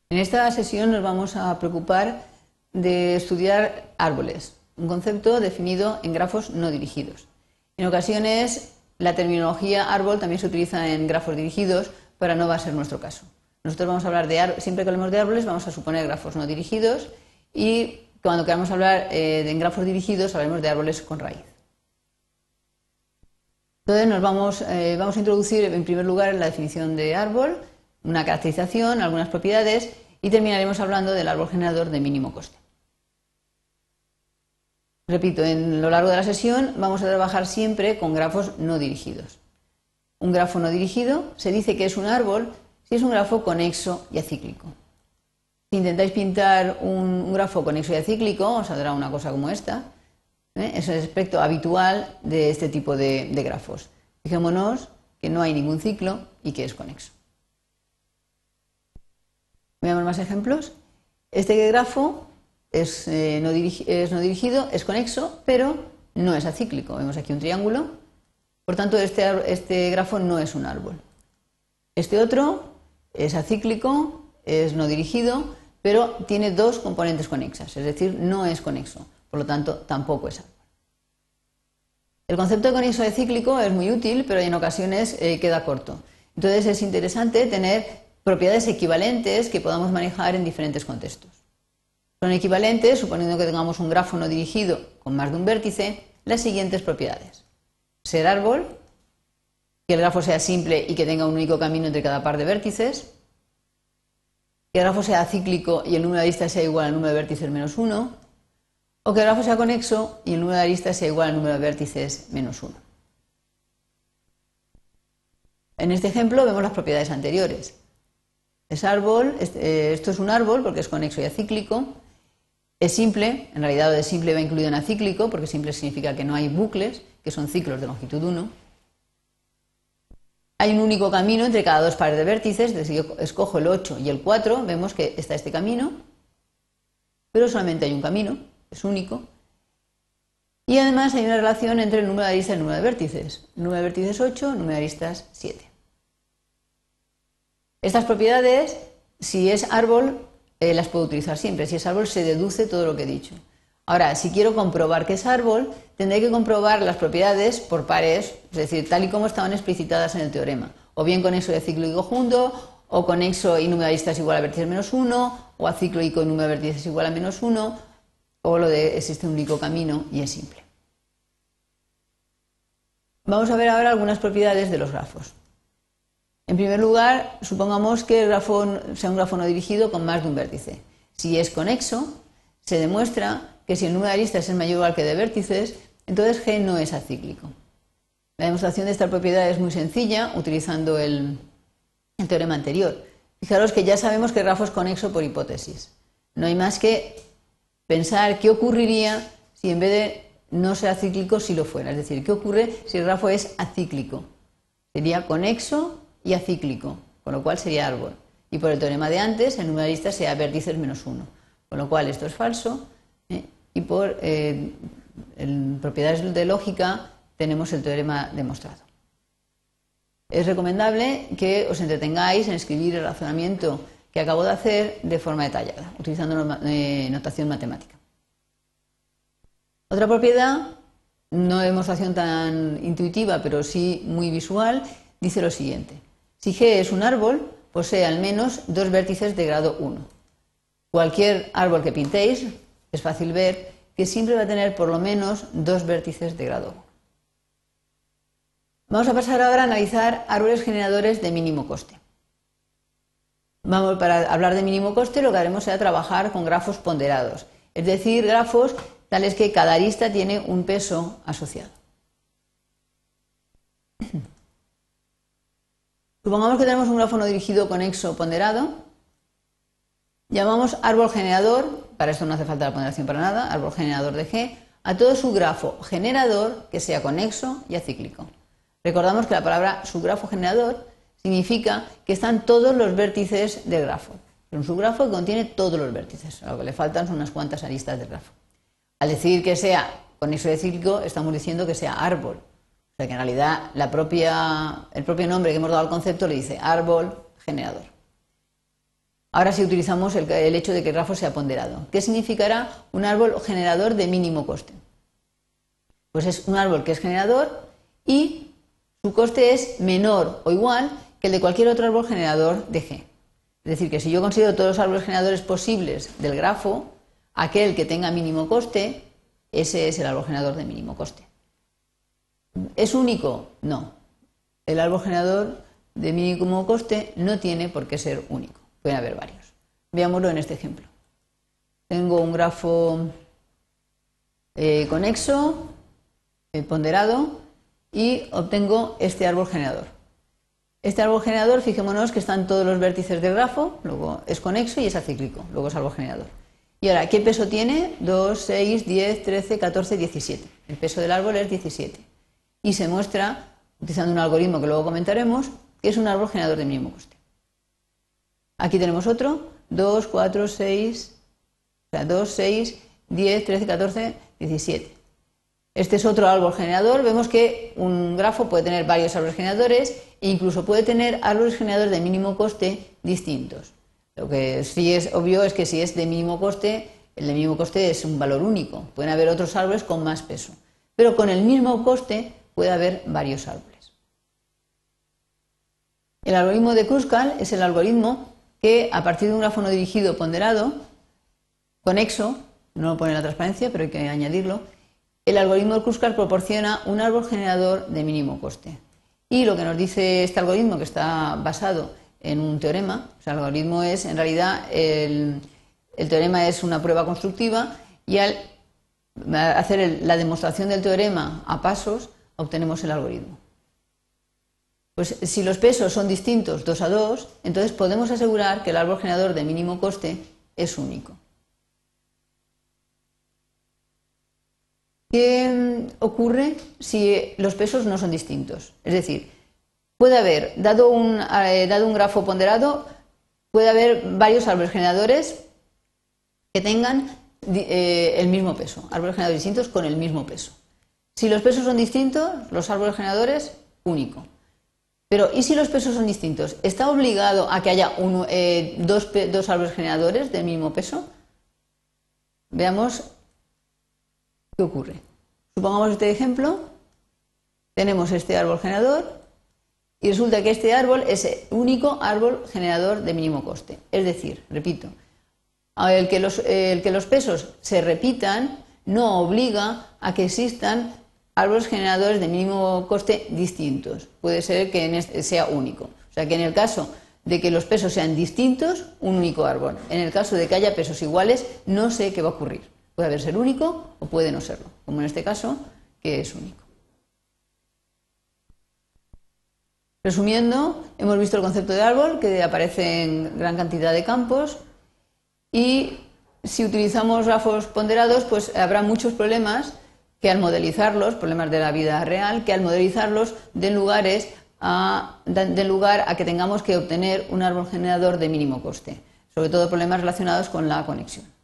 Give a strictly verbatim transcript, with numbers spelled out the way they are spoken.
En esta sesión nos vamos a preocupar de estudiar árboles, un concepto definido en grafos no dirigidos. En ocasiones la terminología árbol también se utiliza en grafos dirigidos, pero no va a ser nuestro caso. Nosotros vamos a hablar de árboles, siempre que hablemos de árboles vamos a suponer grafos no dirigidos y cuando queramos hablar eh, de en grafos dirigidos hablaremos de árboles con raíz. Entonces nos vamos, eh, vamos a introducir en primer lugar la definición de árbol, una caracterización, algunas propiedades y terminaremos hablando del árbol generador de mínimo coste. Repito, en lo largo de la sesión vamos a trabajar siempre con grafos no dirigidos. Un grafo no dirigido se dice que es un árbol si es un grafo conexo y acíclico. Si intentáis pintar un, un grafo conexo y acíclico, os saldrá una cosa como esta. ¿eh? Es el aspecto habitual de este tipo de, de grafos. Fijémonos que no hay ningún ciclo y que es conexo. Veamos más ejemplos. Este grafo es, eh, no dirigi- es no dirigido, es conexo, pero no es acíclico. Vemos aquí un triángulo. Por tanto, este, este grafo no es un árbol. Este otro es acíclico, es no dirigido, pero tiene dos componentes conexas, es decir, no es conexo. Por lo tanto, tampoco es árbol. El concepto de conexo y cíclico es muy útil, pero en ocasiones eh, queda corto. Entonces es interesante tener propiedades equivalentes que podamos manejar en diferentes contextos. Son equivalentes, suponiendo que tengamos un grafo no dirigido con más de un vértice, las siguientes propiedades. Ser árbol, que el grafo sea simple y que tenga un único camino entre cada par de vértices, que el grafo sea cíclico y el número de aristas sea igual al número de vértices menos uno, o que el grafo sea conexo y el número de aristas sea igual al número de vértices menos uno. En este ejemplo vemos las propiedades anteriores. Es árbol, esto es un árbol porque es conexo y acíclico. Es simple, en realidad lo de simple va incluido en acíclico porque simple significa que no hay bucles, que son ciclos de longitud uno. Hay un único camino entre cada dos pares de vértices, es decir, yo escojo el ocho y el cuatro, vemos que está este camino, pero solamente hay un camino, es único. Y además hay una relación entre el número de aristas y el número de vértices. El número de vértices es ocho, el número de aristas siete. Estas propiedades, si es árbol, eh, las puedo utilizar siempre. Si es árbol, se deduce todo lo que he dicho. Ahora, si quiero comprobar que es árbol, tendré que comprobar las propiedades por pares, es decir, tal y como estaban explicitadas en el teorema. O bien conexo y acíclico junto, o conexo y número de aristas igual a vértices menos uno, o acíclico y número de vértices igual a menos uno, o lo de existe un único camino y es simple. Vamos a ver ahora algunas propiedades de los grafos. En primer lugar, supongamos que el grafo sea un grafo no dirigido con más de un vértice. Si es conexo, se demuestra que si el número de aristas es mayor o igual que de vértices, entonces G no es acíclico. La demostración de esta propiedad es muy sencilla, utilizando el, el teorema anterior. Fijaros que ya sabemos que el grafo es conexo por hipótesis. No hay más que pensar qué ocurriría si en vez de no ser acíclico, sí lo fuera. Es decir, qué ocurre si el grafo es acíclico. Sería conexo y acíclico, con lo cual sería árbol. Y por el teorema de antes, el número de aristas sea vértices menos uno. Con lo cual esto es falso. ¿eh? Y por eh, en propiedades de lógica tenemos el teorema demostrado. Es recomendable que os entretengáis en escribir el razonamiento que acabo de hacer de forma detallada, utilizando eh, notación matemática. Otra propiedad, no de demostración tan intuitiva, pero sí muy visual, dice lo siguiente. Si G es un árbol, posee al menos dos vértices de grado uno. Cualquier árbol que pintéis, es fácil ver que siempre va a tener por lo menos dos vértices de grado uno. Vamos a pasar ahora a analizar árboles generadores de mínimo coste. Vamos, para hablar de mínimo coste lo que haremos será trabajar con grafos ponderados, es decir, grafos tales que cada arista tiene un peso asociado. Supongamos que tenemos un grafo no dirigido conexo ponderado. Llamamos árbol generador, para esto no hace falta la ponderación para nada, árbol generador de G, a todo subgrafo generador que sea conexo y acíclico. Recordamos que la palabra subgrafo generador significa que están todos los vértices del grafo. Es un subgrafo que contiene todos los vértices, a lo que le faltan son unas cuantas aristas del grafo. Al decir que sea conexo y acíclico, estamos diciendo que sea árbol. O sea que en realidad la propia, el propio nombre que hemos dado al concepto le dice árbol generador. Ahora sí utilizamos el, el hecho de que el grafo sea ponderado. ¿Qué significará un árbol generador de mínimo coste? Pues es un árbol que es generador y su coste es menor o igual que el de cualquier otro árbol generador de G. Es decir, que si yo considero todos los árboles generadores posibles del grafo, aquel que tenga mínimo coste, ese es el árbol generador de mínimo coste. ¿Es único? No. El árbol generador de mínimo coste no tiene por qué ser único. Pueden haber varios. Veámoslo en este ejemplo. Tengo un grafo eh, conexo, eh, ponderado, y obtengo este árbol generador. Este árbol generador, fijémonos que están todos los vértices del grafo, luego es conexo y es acíclico, luego es árbol generador. Y ahora, ¿qué peso tiene? dos, seis, diez, trece, catorce, diecisiete. El peso del árbol es diecisiete. Y se muestra, utilizando un algoritmo que luego comentaremos, que es un árbol generador de mínimo coste. Aquí tenemos otro, dos, cuatro, seis, o sea, dos, seis, diez, trece, catorce, diecisiete. Este es otro árbol generador. Vemos que un grafo puede tener varios árboles generadores e incluso puede tener árboles generadores de mínimo coste distintos. Lo que sí es obvio es que si es de mínimo coste, el de mínimo coste es un valor único. Pueden haber otros árboles con más peso. Pero con el mismo coste puede haber varios árboles. El algoritmo de Kruskal es el algoritmo que a partir de un grafo no dirigido ponderado, conexo, no lo pone en la transparencia, pero hay que añadirlo, el algoritmo de Kruskal proporciona un árbol generador de mínimo coste. Y lo que nos dice este algoritmo, que está basado en un teorema, o sea, el algoritmo es, en realidad, el, el teorema es una prueba constructiva y al hacer el, la demostración del teorema a pasos, obtenemos el algoritmo. Pues si los pesos son distintos dos a dos, entonces podemos asegurar que el árbol generador de mínimo coste es único. ¿Qué ocurre si los pesos no son distintos? Es decir, puede haber, dado un, eh, dado un grafo ponderado, puede haber varios árboles generadores que tengan eh, el mismo peso, árboles generadores distintos con el mismo peso. Si los pesos son distintos, los árboles generadores, único. Pero, ¿y si los pesos son distintos? ¿Está obligado a que haya uno, eh, dos, dos árboles generadores del mismo peso? Veamos qué ocurre. Supongamos este ejemplo. Tenemos este árbol generador y resulta que este árbol es el único árbol generador de mínimo coste. Es decir, repito, el que los, el que los pesos se repitan no obliga a que existan árboles generadores de mínimo coste distintos. Puede ser que en este sea único. O sea que en el caso de que los pesos sean distintos, un único árbol. En el caso de que haya pesos iguales, no sé qué va a ocurrir. Puede haber ser único o puede no serlo, como en este caso, que es único. Resumiendo, hemos visto el concepto de árbol, que aparece en gran cantidad de campos, y si utilizamos grafos ponderados, pues habrá muchos problemas que al modelizarlos, problemas de la vida real, que al modelizarlos den, lugares a, den lugar a que tengamos que obtener un árbol generador de mínimo coste, sobre todo problemas relacionados con la conexión.